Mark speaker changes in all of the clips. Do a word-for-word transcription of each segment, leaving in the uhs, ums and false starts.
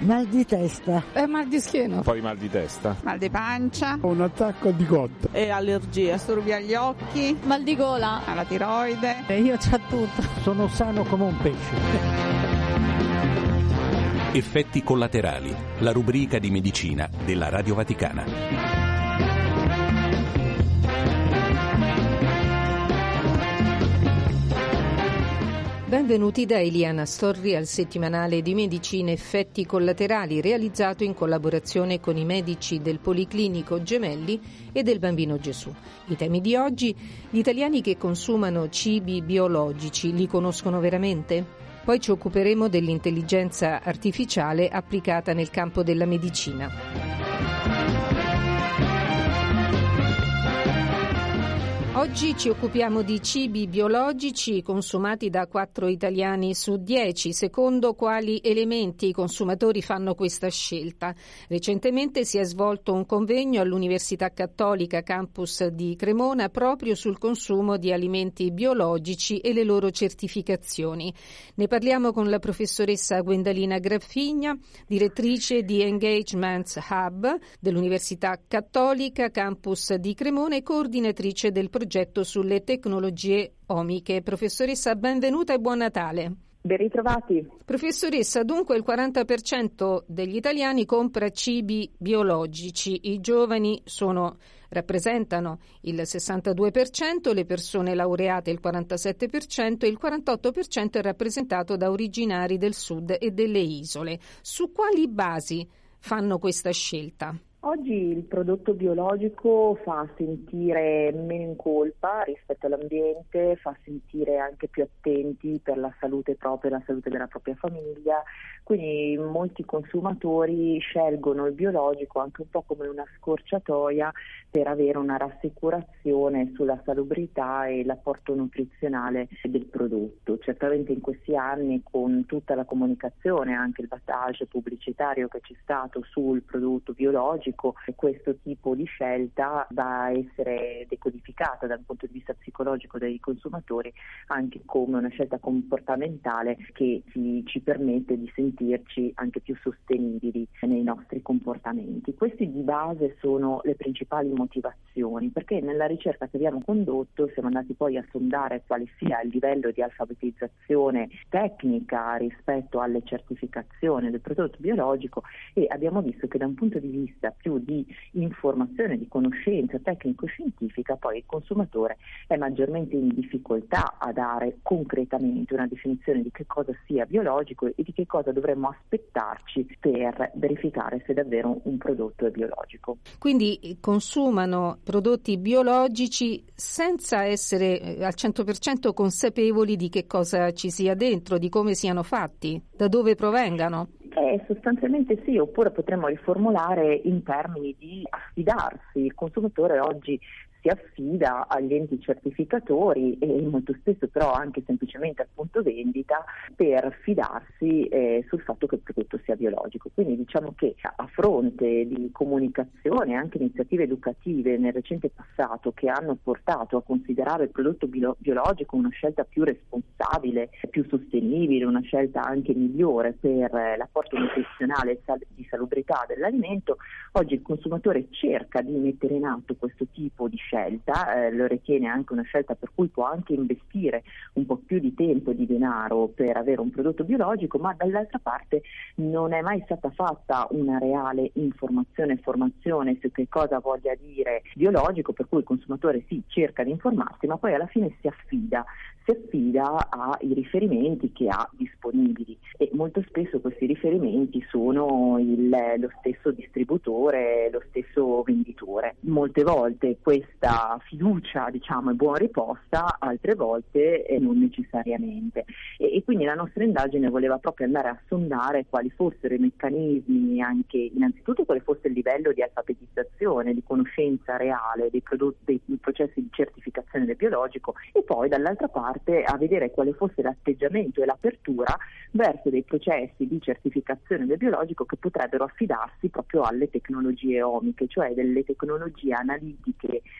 Speaker 1: Mal di testa.
Speaker 2: E mal di schiena.
Speaker 3: Poi mal di testa.
Speaker 2: Mal di pancia.
Speaker 4: Un attacco di cotta.
Speaker 2: E allergie. Disturbi agli occhi.
Speaker 5: Mal di gola.
Speaker 2: Alla tiroide.
Speaker 5: E io c'ho tutto.
Speaker 1: Sono sano come un pesce.
Speaker 6: Effetti collaterali, la rubrica di medicina della Radio Vaticana.
Speaker 7: Benvenuti da Eliana Storri al settimanale di medicina Effetti collaterali, realizzato in collaborazione con i medici del Policlinico Gemelli e del Bambino Gesù. I temi di oggi: gli italiani che consumano cibi biologici li conoscono veramente? Poi ci occuperemo dell'intelligenza artificiale applicata nel campo della medicina. Oggi ci occupiamo di cibi biologici consumati da quattro italiani su dieci. Secondo quali elementi i consumatori fanno questa scelta? Recentemente si è svolto un convegno all'Università Cattolica Campus di Cremona proprio sul consumo di alimenti biologici e le loro certificazioni. Ne parliamo con la professoressa Gwendalina Graffigna, direttrice di Engagement Hub dell'Università Cattolica Campus di Cremona e coordinatrice del progetto sulle tecnologie omiche. Professoressa, benvenuta e buon Natale.
Speaker 8: Ben ritrovati.
Speaker 7: Professoressa, dunque il quaranta per cento degli italiani compra cibi biologici, i giovani sono, rappresentano il sessantadue per cento, le persone laureate il quarantasette per cento e il quarantotto per cento è rappresentato da originari del sud e delle isole. Su quali basi fanno questa scelta?
Speaker 8: Oggi il prodotto biologico fa sentire meno in colpa rispetto all'ambiente, fa sentire anche più attenti per la salute propria e la salute della propria famiglia, quindi molti consumatori scelgono il biologico anche un po' come una scorciatoia per avere una rassicurazione sulla salubrità e l'apporto nutrizionale del prodotto. Certamente in questi anni, con tutta la comunicazione, anche il battage pubblicitario che c'è stato sul prodotto biologico, questo tipo di scelta va a essere decodificata dal punto di vista psicologico dai consumatori anche come una scelta comportamentale che ci, ci permette di sentirci anche più sostenibili nei nostri comportamenti. Questi di base sono le principali motivazioni, perché nella ricerca che abbiamo condotto siamo andati poi a sondare quale sia il livello di alfabetizzazione tecnica rispetto alle certificazioni del prodotto biologico e abbiamo visto che da un punto di vista più di informazione, di conoscenza tecnico-scientifica, poi il consumatore è maggiormente in difficoltà a dare concretamente una definizione di che cosa sia biologico e di che cosa dovremmo aspettarci per verificare se davvero un prodotto è biologico.
Speaker 7: Quindi consumano prodotti biologici senza essere al cento per cento consapevoli di che cosa ci sia dentro, di come siano fatti, da dove provengano?
Speaker 8: Eh, sostanzialmente sì, oppure potremmo riformulare in termini di affidarsi. Il consumatore oggi si affida agli enti certificatori e molto spesso però anche semplicemente al punto vendita per fidarsi eh, sul fatto che il prodotto sia biologico. Quindi diciamo che a fronte di comunicazione e anche iniziative educative nel recente passato che hanno portato a considerare il prodotto bio- biologico una scelta più responsabile, più sostenibile, una scelta anche migliore per eh, l'apporto nutrizionale e sal- di salubrità dell'alimento, oggi il consumatore cerca di mettere in atto questo tipo di scelta, eh, lo ritiene anche una scelta per cui può anche investire un po' più di tempo e di denaro per avere un prodotto biologico, ma dall'altra parte non è mai stata fatta una reale informazione e formazione su che cosa voglia dire biologico, per cui il consumatore sì, cerca di informarsi, ma poi alla fine si affida si affida ai riferimenti che ha disponibili e molto spesso questi riferimenti sono il, lo stesso distributore, lo stesso venditore. Molte volte questa fiducia, diciamo, è buon riposta, altre volte eh, non necessariamente e, e quindi la nostra indagine voleva proprio andare a sondare quali fossero i meccanismi, anche innanzitutto quale fosse il livello di alfabetizzazione, di conoscenza reale dei prodotti, dei processi di certificazione del biologico e poi dall'altra parte a vedere quale fosse l'atteggiamento e l'apertura verso dei processi di certificazione del biologico che potrebbero affidarsi proprio alle tecnologie omiche, cioè delle tecnologie analitiche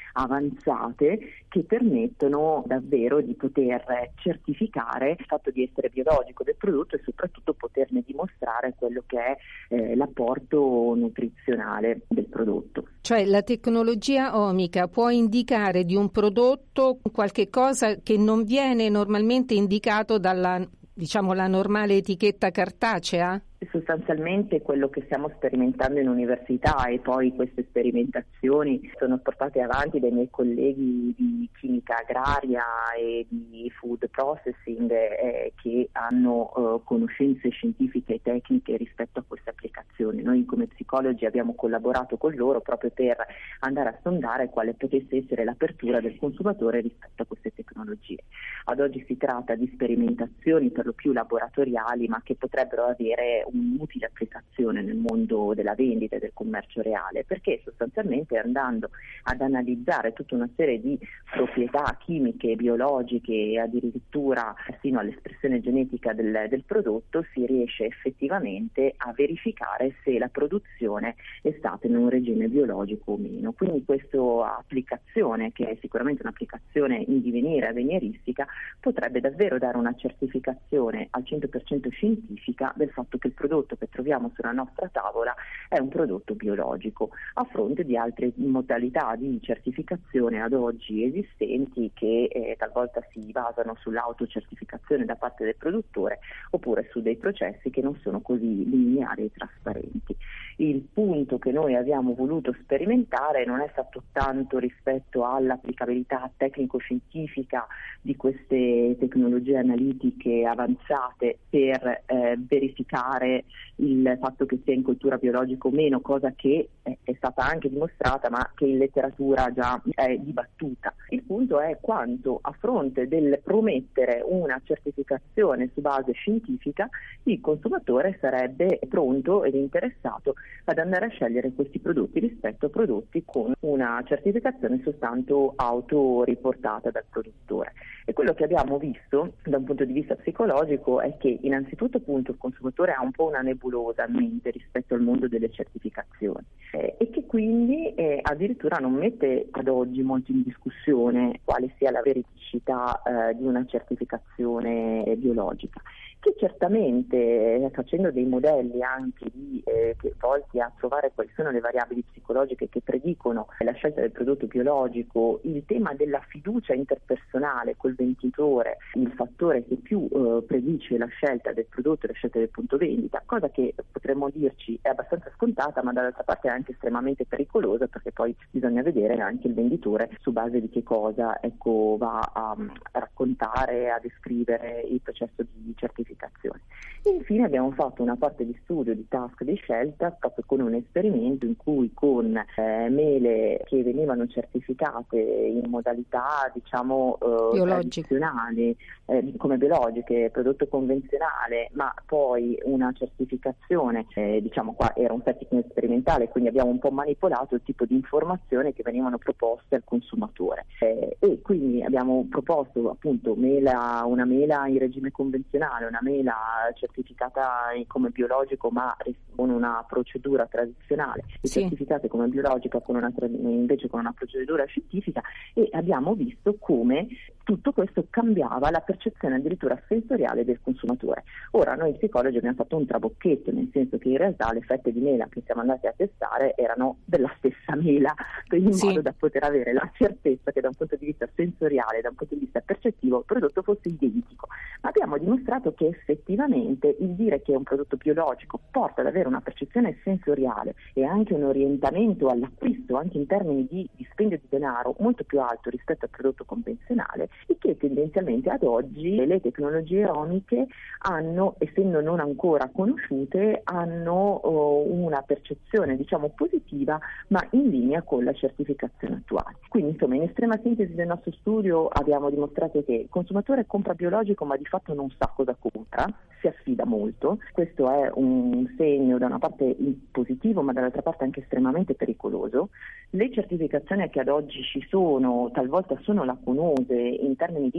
Speaker 8: avanzate che permettono davvero di poter certificare il fatto di essere biologico del prodotto e soprattutto poterne dimostrare quello che è eh, l'apporto nutrizionale del prodotto.
Speaker 7: Cioè la tecnologia omica può indicare di un prodotto qualche cosa che non viene normalmente indicato dalla, diciamo, la normale etichetta cartacea?
Speaker 8: Sostanzialmente quello che stiamo sperimentando in università, e poi queste sperimentazioni sono portate avanti dai miei colleghi di chimica agraria e di food processing eh, che hanno eh, conoscenze scientifiche e tecniche rispetto a queste applicazioni. Noi come psicologi abbiamo collaborato con loro proprio per andare a sondare quale potesse essere l'apertura del consumatore rispetto a queste tecnologie. Ad oggi si tratta di sperimentazioni per lo più laboratoriali, ma che potrebbero avere un'utile applicazione nel mondo della vendita e del commercio reale, perché sostanzialmente andando ad analizzare tutta una serie di proprietà chimiche, biologiche e addirittura fino all'espressione genetica del, del prodotto si riesce effettivamente a verificare se la produzione è stata in un regime biologico o meno. Quindi questa applicazione, che è sicuramente un'applicazione in divenire avveniristica, potrebbe davvero dare una certificazione al cento per cento scientifica del fatto che il prodotto che troviamo sulla nostra tavola è un prodotto biologico, a fronte di altre modalità di certificazione ad oggi esistenti che eh, talvolta si basano sull'autocertificazione da parte del produttore oppure su dei processi che non sono così lineari e trasparenti. Il punto che noi abbiamo voluto sperimentare non è stato tanto rispetto all'applicabilità tecnico-scientifica di queste tecnologie analitiche avanzate per eh, verificare il fatto che sia in cultura biologica o meno, cosa che è, è stata anche dimostrata ma che in letteratura già è dibattuta. Il punto è quanto a fronte del promettere una certificazione su base scientifica il consumatore sarebbe pronto ed interessato ad andare a scegliere questi prodotti rispetto a prodotti con una certificazione soltanto autoriportata dal produttore. E quello che abbiamo visto da un punto di vista psicologico è che innanzitutto appunto il consumatore ha un po' una nebulosa a mente rispetto al mondo delle certificazioni eh, e che quindi eh, addirittura non mette ad oggi molto in discussione quale sia la veridicità eh, di una certificazione biologica, che certamente facendo dei modelli anche di, eh, che volti a trovare quali sono le variabili psicologiche che predicono la scelta del prodotto biologico, il tema della fiducia interpersonale col venditore, il fattore che più eh, predice la scelta del prodotto e la scelta del punto vendita, cosa che potremmo dirci è abbastanza scontata ma dall'altra parte è anche estremamente pericolosa, perché poi bisogna vedere anche il venditore su base di che cosa ecco, va a, a raccontare, a descrivere il processo di certificazione. E infine abbiamo fatto una parte di studio di task di scelta proprio con un esperimento in cui con eh, mele che venivano certificate in modalità diciamo eh, tradizionali eh, come biologiche, prodotto convenzionale, ma poi una certificazione eh, diciamo qua era un setting sperimentale, quindi abbiamo un po' manipolato il tipo di informazioni che venivano proposte al consumatore eh, e quindi abbiamo proposto appunto mela, una mela in regime convenzionale, una mela certificata come biologico ma con una procedura tradizionale e
Speaker 7: sì.
Speaker 8: certificate come biologica con una, invece con una procedura scientifica, e abbiamo visto come tutto questo cambiava la percezione addirittura sensoriale del consumatore. Ora noi psicologi abbiamo fatto un trabocchetto, nel senso che in realtà le fette di mela che siamo andati a testare erano della stessa mela, in
Speaker 7: sì.
Speaker 8: modo da poter avere la certezza che da un punto di vista sensoriale, da un punto di vista percettivo, il prodotto fosse identico. Ma abbiamo dimostrato che effettivamente il dire che è un prodotto biologico porta ad avere una percezione sensoriale e anche un orientamento all'acquisto anche in termini di dispendio di denaro molto più alto rispetto al prodotto convenzionale, e che tendenzialmente ad oggi le tecnologie omiche hanno, essendo non ancora conosciute, hanno oh, una percezione diciamo positiva ma in linea con la certificazione attuale. Quindi insomma in estrema sintesi del nostro studio abbiamo dimostrato che il consumatore compra biologico ma di fatto non sa cosa compra, si affida molto. Questo è un segno da una parte positivo ma dall'altra parte anche estremamente pericoloso. Le certificazioni che ad oggi ci sono talvolta sono lacunose in termini di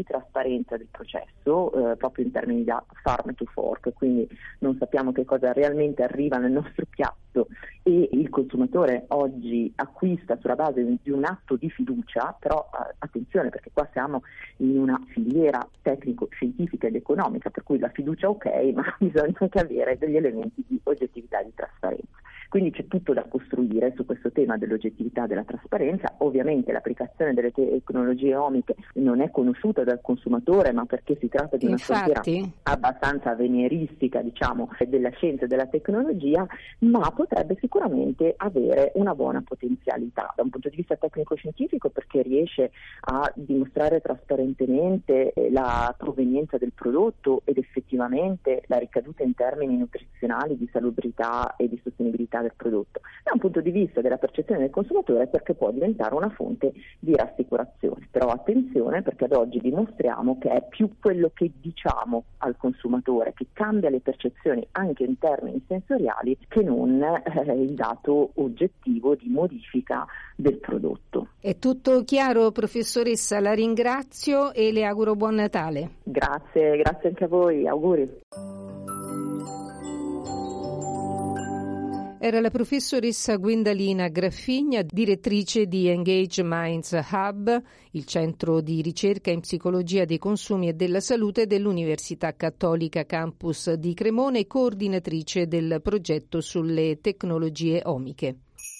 Speaker 8: trasparenza del processo, eh, proprio in termini da farm to fork, quindi non sappiamo che cosa realmente arriva nel nostro piatto e il consumatore oggi acquista sulla base di un atto di fiducia, però eh, attenzione, perché qua siamo in una filiera tecnico-scientifica ed economica, per cui la fiducia ok, ma bisogna anche avere degli elementi di oggettività e di trasparenza. Quindi c'è tutto da costruire su questo tema dell'oggettività e della trasparenza. Ovviamente l'applicazione delle tecnologie omiche non è conosciuta dal consumatore, ma perché si tratta di una frontiera abbastanza avveniristica, diciamo, della scienza e della tecnologia, ma potrebbe sicuramente avere una buona potenzialità da un punto di vista tecnico-scientifico, perché riesce a dimostrare trasparentemente la provenienza del prodotto ed effettivamente la ricaduta in termini nutrizionali, di salubrità e di sostenibilità del prodotto. Da un punto di vista della percezione del consumatore, perché può diventare una fonte di rassicurazione. Però attenzione, perché ad oggi dimostriamo che è più quello che diciamo al consumatore che cambia le percezioni anche in termini sensoriali, che non eh, il dato oggettivo di modifica del prodotto.
Speaker 7: È tutto chiaro, professoressa, la ringrazio e le auguro buon Natale.
Speaker 8: Grazie, grazie anche a voi, auguri.
Speaker 7: Era la professoressa Gwendalina Graffigna, direttrice di Engage Minds Hub, il centro di ricerca in psicologia dei consumi e della salute dell'Università Cattolica Campus di Cremona e coordinatrice del progetto sulle tecnologie omiche.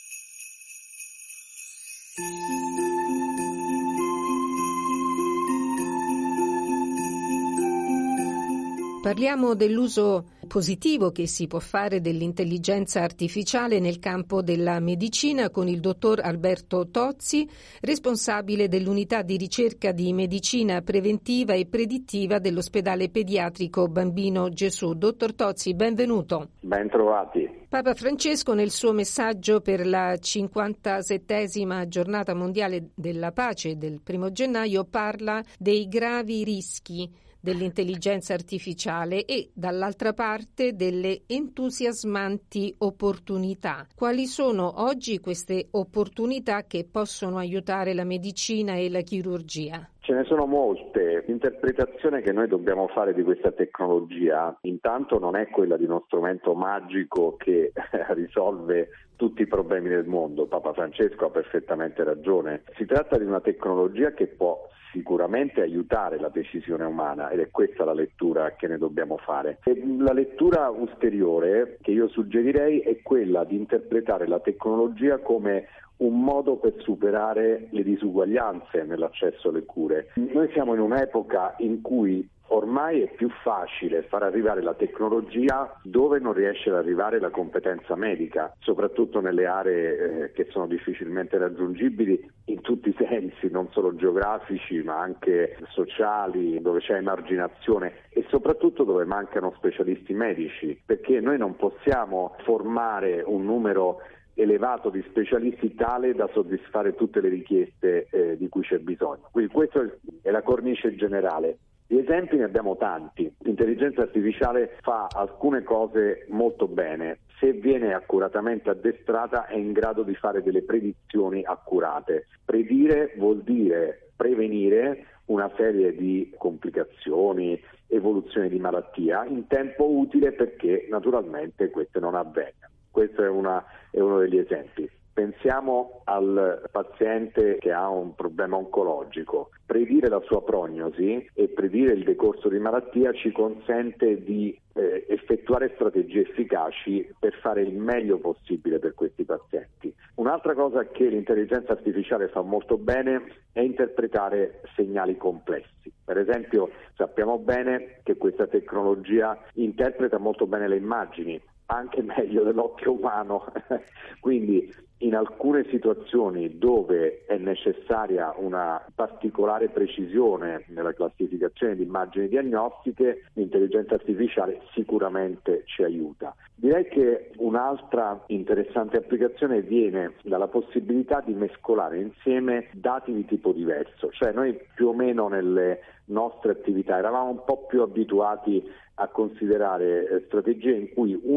Speaker 7: Parliamo dell'uso positivo che si può fare dell'intelligenza artificiale nel campo della medicina con il dottor Alberto Tozzi, responsabile dell'unità di ricerca di medicina preventiva e predittiva dell'ospedale pediatrico Bambino Gesù. Dottor Tozzi, benvenuto.
Speaker 3: Ben trovati.
Speaker 7: Papa Francesco, nel suo messaggio per la cinquantasettesima giornata mondiale della pace del primo gennaio, parla dei gravi rischi dell'intelligenza artificiale e dall'altra parte delle entusiasmanti opportunità. Quali sono oggi queste opportunità che possono aiutare la medicina e la chirurgia?
Speaker 3: Ce ne sono molte. L'interpretazione che noi dobbiamo fare di questa tecnologia intanto non è quella di uno strumento magico che risolve tutti i problemi del mondo. Papa Francesco ha perfettamente ragione. Si tratta di una tecnologia che può sicuramente aiutare la decisione umana ed è questa la lettura che ne dobbiamo fare. E la lettura ulteriore che io suggerirei è quella di interpretare la tecnologia come un modo per superare le disuguaglianze nell'accesso alle cure. Noi siamo in un'epoca in cui ormai è più facile far arrivare la tecnologia dove non riesce ad arrivare la competenza medica, soprattutto nelle aree eh, che sono difficilmente raggiungibili in tutti i sensi, non solo geografici ma anche sociali, dove c'è emarginazione e soprattutto dove mancano specialisti medici, perché noi non possiamo formare un numero elevato di specialisti tale da soddisfare tutte le richieste eh, di cui c'è bisogno. Quindi questa è la cornice generale. Gli esempi ne abbiamo tanti. L'intelligenza artificiale fa alcune cose molto bene. Se viene accuratamente addestrata è in grado di fare delle predizioni accurate. Predire vuol dire prevenire una serie di complicazioni, evoluzioni di malattia in tempo utile perché naturalmente queste non avvengano. Questo è, una, è uno degli esempi. Pensiamo al paziente che ha un problema oncologico. Predire la sua prognosi e predire il decorso di malattia ci consente di eh, effettuare strategie efficaci per fare il meglio possibile per questi pazienti. Un'altra cosa che l'intelligenza artificiale fa molto bene è interpretare segnali complessi. Per esempio, sappiamo bene che questa tecnologia interpreta molto bene le immagini, anche meglio dell'occhio umano, quindi in alcune situazioni dove è necessaria una particolare precisione nella classificazione di immagini diagnostiche, l'intelligenza artificiale sicuramente ci aiuta. Direi che un'altra interessante applicazione viene dalla possibilità di mescolare insieme dati di tipo diverso, cioè noi più o meno nelle nostre attività eravamo un po' più abituati a considerare strategie in cui un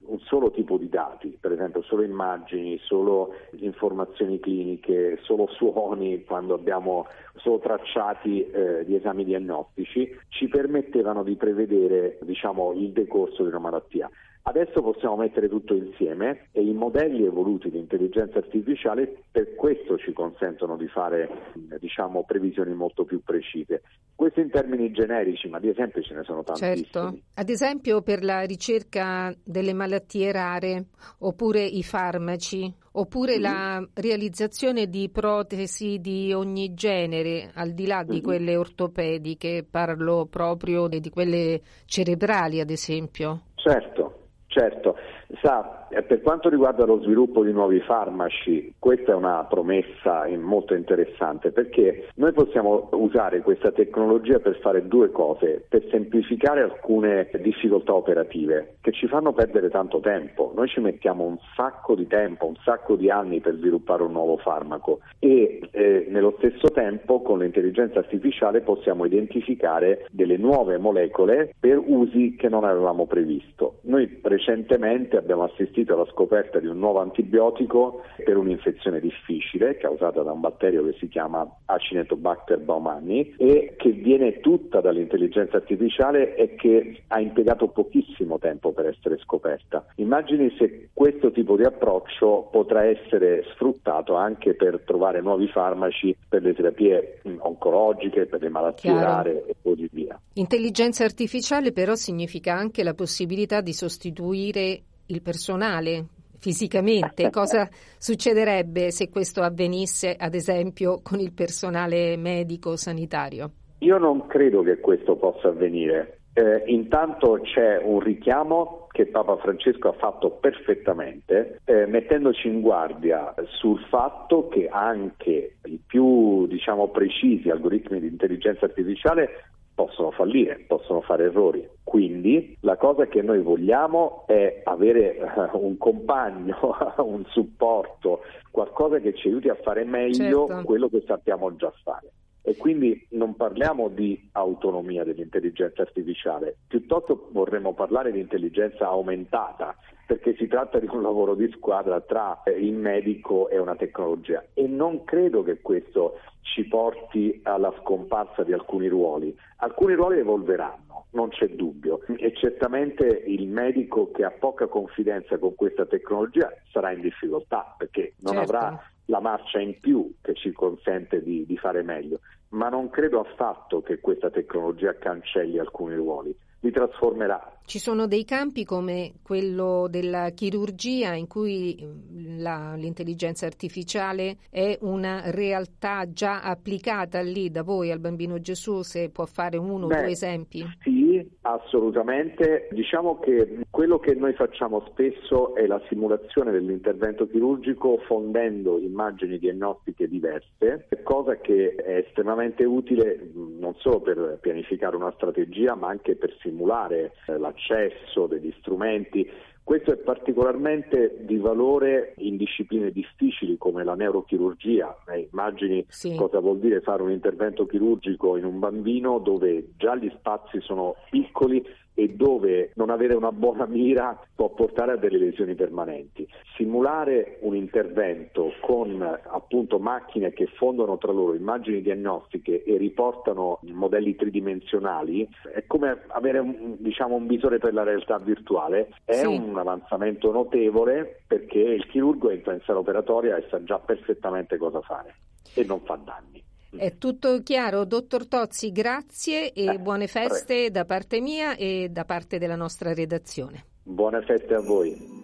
Speaker 3: un solo tipo di dati, per esempio solo immagini, solo informazioni cliniche, solo suoni, quando abbiamo solo tracciati eh, di esami diagnostici, ci permettevano di prevedere, diciamo, il decorso di una malattia. Adesso possiamo mettere tutto insieme e i modelli evoluti di intelligenza artificiale per questo ci consentono di fare, diciamo, previsioni molto più precise. Questo in termini generici, ma di esempi ce ne sono tantissimi.
Speaker 7: Certo. Ad esempio per la ricerca delle malattie rare, oppure i farmaci, oppure mm. la realizzazione di protesi di ogni genere, al di là di mm. quelle ortopediche, parlo proprio di quelle cerebrali, ad esempio.
Speaker 3: Certo. Certo, sa, per quanto riguarda lo sviluppo di nuovi farmaci, questa è una promessa molto interessante, perché noi possiamo usare questa tecnologia per fare due cose: per semplificare alcune difficoltà operative che ci fanno perdere tanto tempo. Noi ci mettiamo un sacco di tempo, un sacco di anni per sviluppare un nuovo farmaco e eh, nello stesso tempo con l'intelligenza artificiale possiamo identificare delle nuove molecole per usi che non avevamo previsto. Noi recentemente abbiamo assistito alla scoperta di un nuovo antibiotico per un'infezione difficile causata da un batterio che si chiama Acinetobacter baumannii e che viene tutta dall'intelligenza artificiale e che ha impiegato pochissimo tempo per essere scoperta. Immagini se questo tipo di approccio potrà essere sfruttato anche per trovare nuovi farmaci per le terapie oncologiche, per le malattie
Speaker 7: Chiaro.
Speaker 3: rare e così via.
Speaker 7: Intelligenza artificiale però significa anche la possibilità di sostituire il personale fisicamente. Cosa succederebbe se questo avvenisse, ad esempio, con il personale medico sanitario?
Speaker 3: Io non credo che questo possa avvenire. Eh, intanto c'è un richiamo che Papa Francesco ha fatto perfettamente, eh, mettendoci in guardia sul fatto che anche i più, diciamo, precisi algoritmi di intelligenza artificiale possono fallire, possono fare errori. Quindi la cosa che noi vogliamo è avere uh, un compagno, un supporto, qualcosa che ci aiuti a fare meglio
Speaker 7: certo.
Speaker 3: quello che sappiamo già fare. E quindi non parliamo di autonomia dell'intelligenza artificiale, piuttosto vorremmo parlare di intelligenza aumentata, perché si tratta di un lavoro di squadra tra il medico e una tecnologia. E non credo che questo ci porti alla scomparsa di alcuni ruoli. Alcuni ruoli evolveranno, non c'è dubbio, e certamente il medico che ha poca confidenza con questa tecnologia sarà in difficoltà, perché non
Speaker 7: certo.
Speaker 3: avrà la marcia in più che ci consente di, di fare meglio, ma non credo affatto che questa tecnologia cancelli alcuni ruoli, li trasformerà.
Speaker 7: Ci sono dei campi come quello della chirurgia in cui la, l'intelligenza artificiale è una realtà già applicata lì da voi al Bambino Gesù, se può fare uno o
Speaker 3: Beh,
Speaker 7: due esempi?
Speaker 3: Sì, assolutamente. Diciamo che quello che noi facciamo spesso è la simulazione dell'intervento chirurgico fondendo immagini diagnostiche diverse, cosa che è estremamente utile non solo per pianificare una strategia ma anche per simulare la accesso degli strumenti. Questo è particolarmente di valore in discipline difficili come la neurochirurgia. Eh, immagini
Speaker 7: sì.
Speaker 3: cosa vuol dire fare un intervento chirurgico in un bambino dove già gli spazi sono piccoli e dove non avere una buona mira può portare a delle lesioni permanenti. Simulare un intervento con appunto macchine che fondono tra loro immagini diagnostiche e riportano modelli tridimensionali è come avere un, diciamo, un visore per la realtà virtuale. È
Speaker 7: sì.
Speaker 3: un avanzamento notevole perché il chirurgo entra in sala operatoria e sa già perfettamente cosa fare e non fa danni.
Speaker 7: È tutto chiaro, dottor Tozzi, grazie e
Speaker 3: eh,
Speaker 7: buone feste
Speaker 3: prego.
Speaker 7: da parte mia e da parte della nostra redazione.
Speaker 3: Buone feste a voi.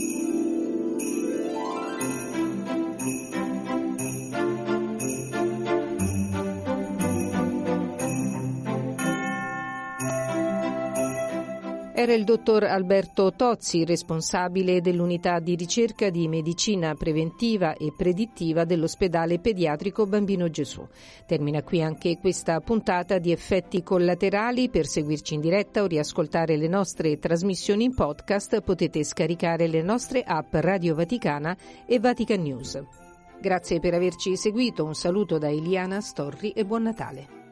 Speaker 7: Era il dottor Alberto Tozzi, responsabile dell'unità di ricerca di medicina preventiva e predittiva dell'ospedale pediatrico Bambino Gesù. Termina qui anche questa puntata di Effetti Collaterali. Per seguirci in diretta o riascoltare le nostre trasmissioni in podcast potete scaricare le nostre app Radio Vaticana e Vatican News. Grazie per averci seguito, un saluto da Eliana Storri e buon Natale.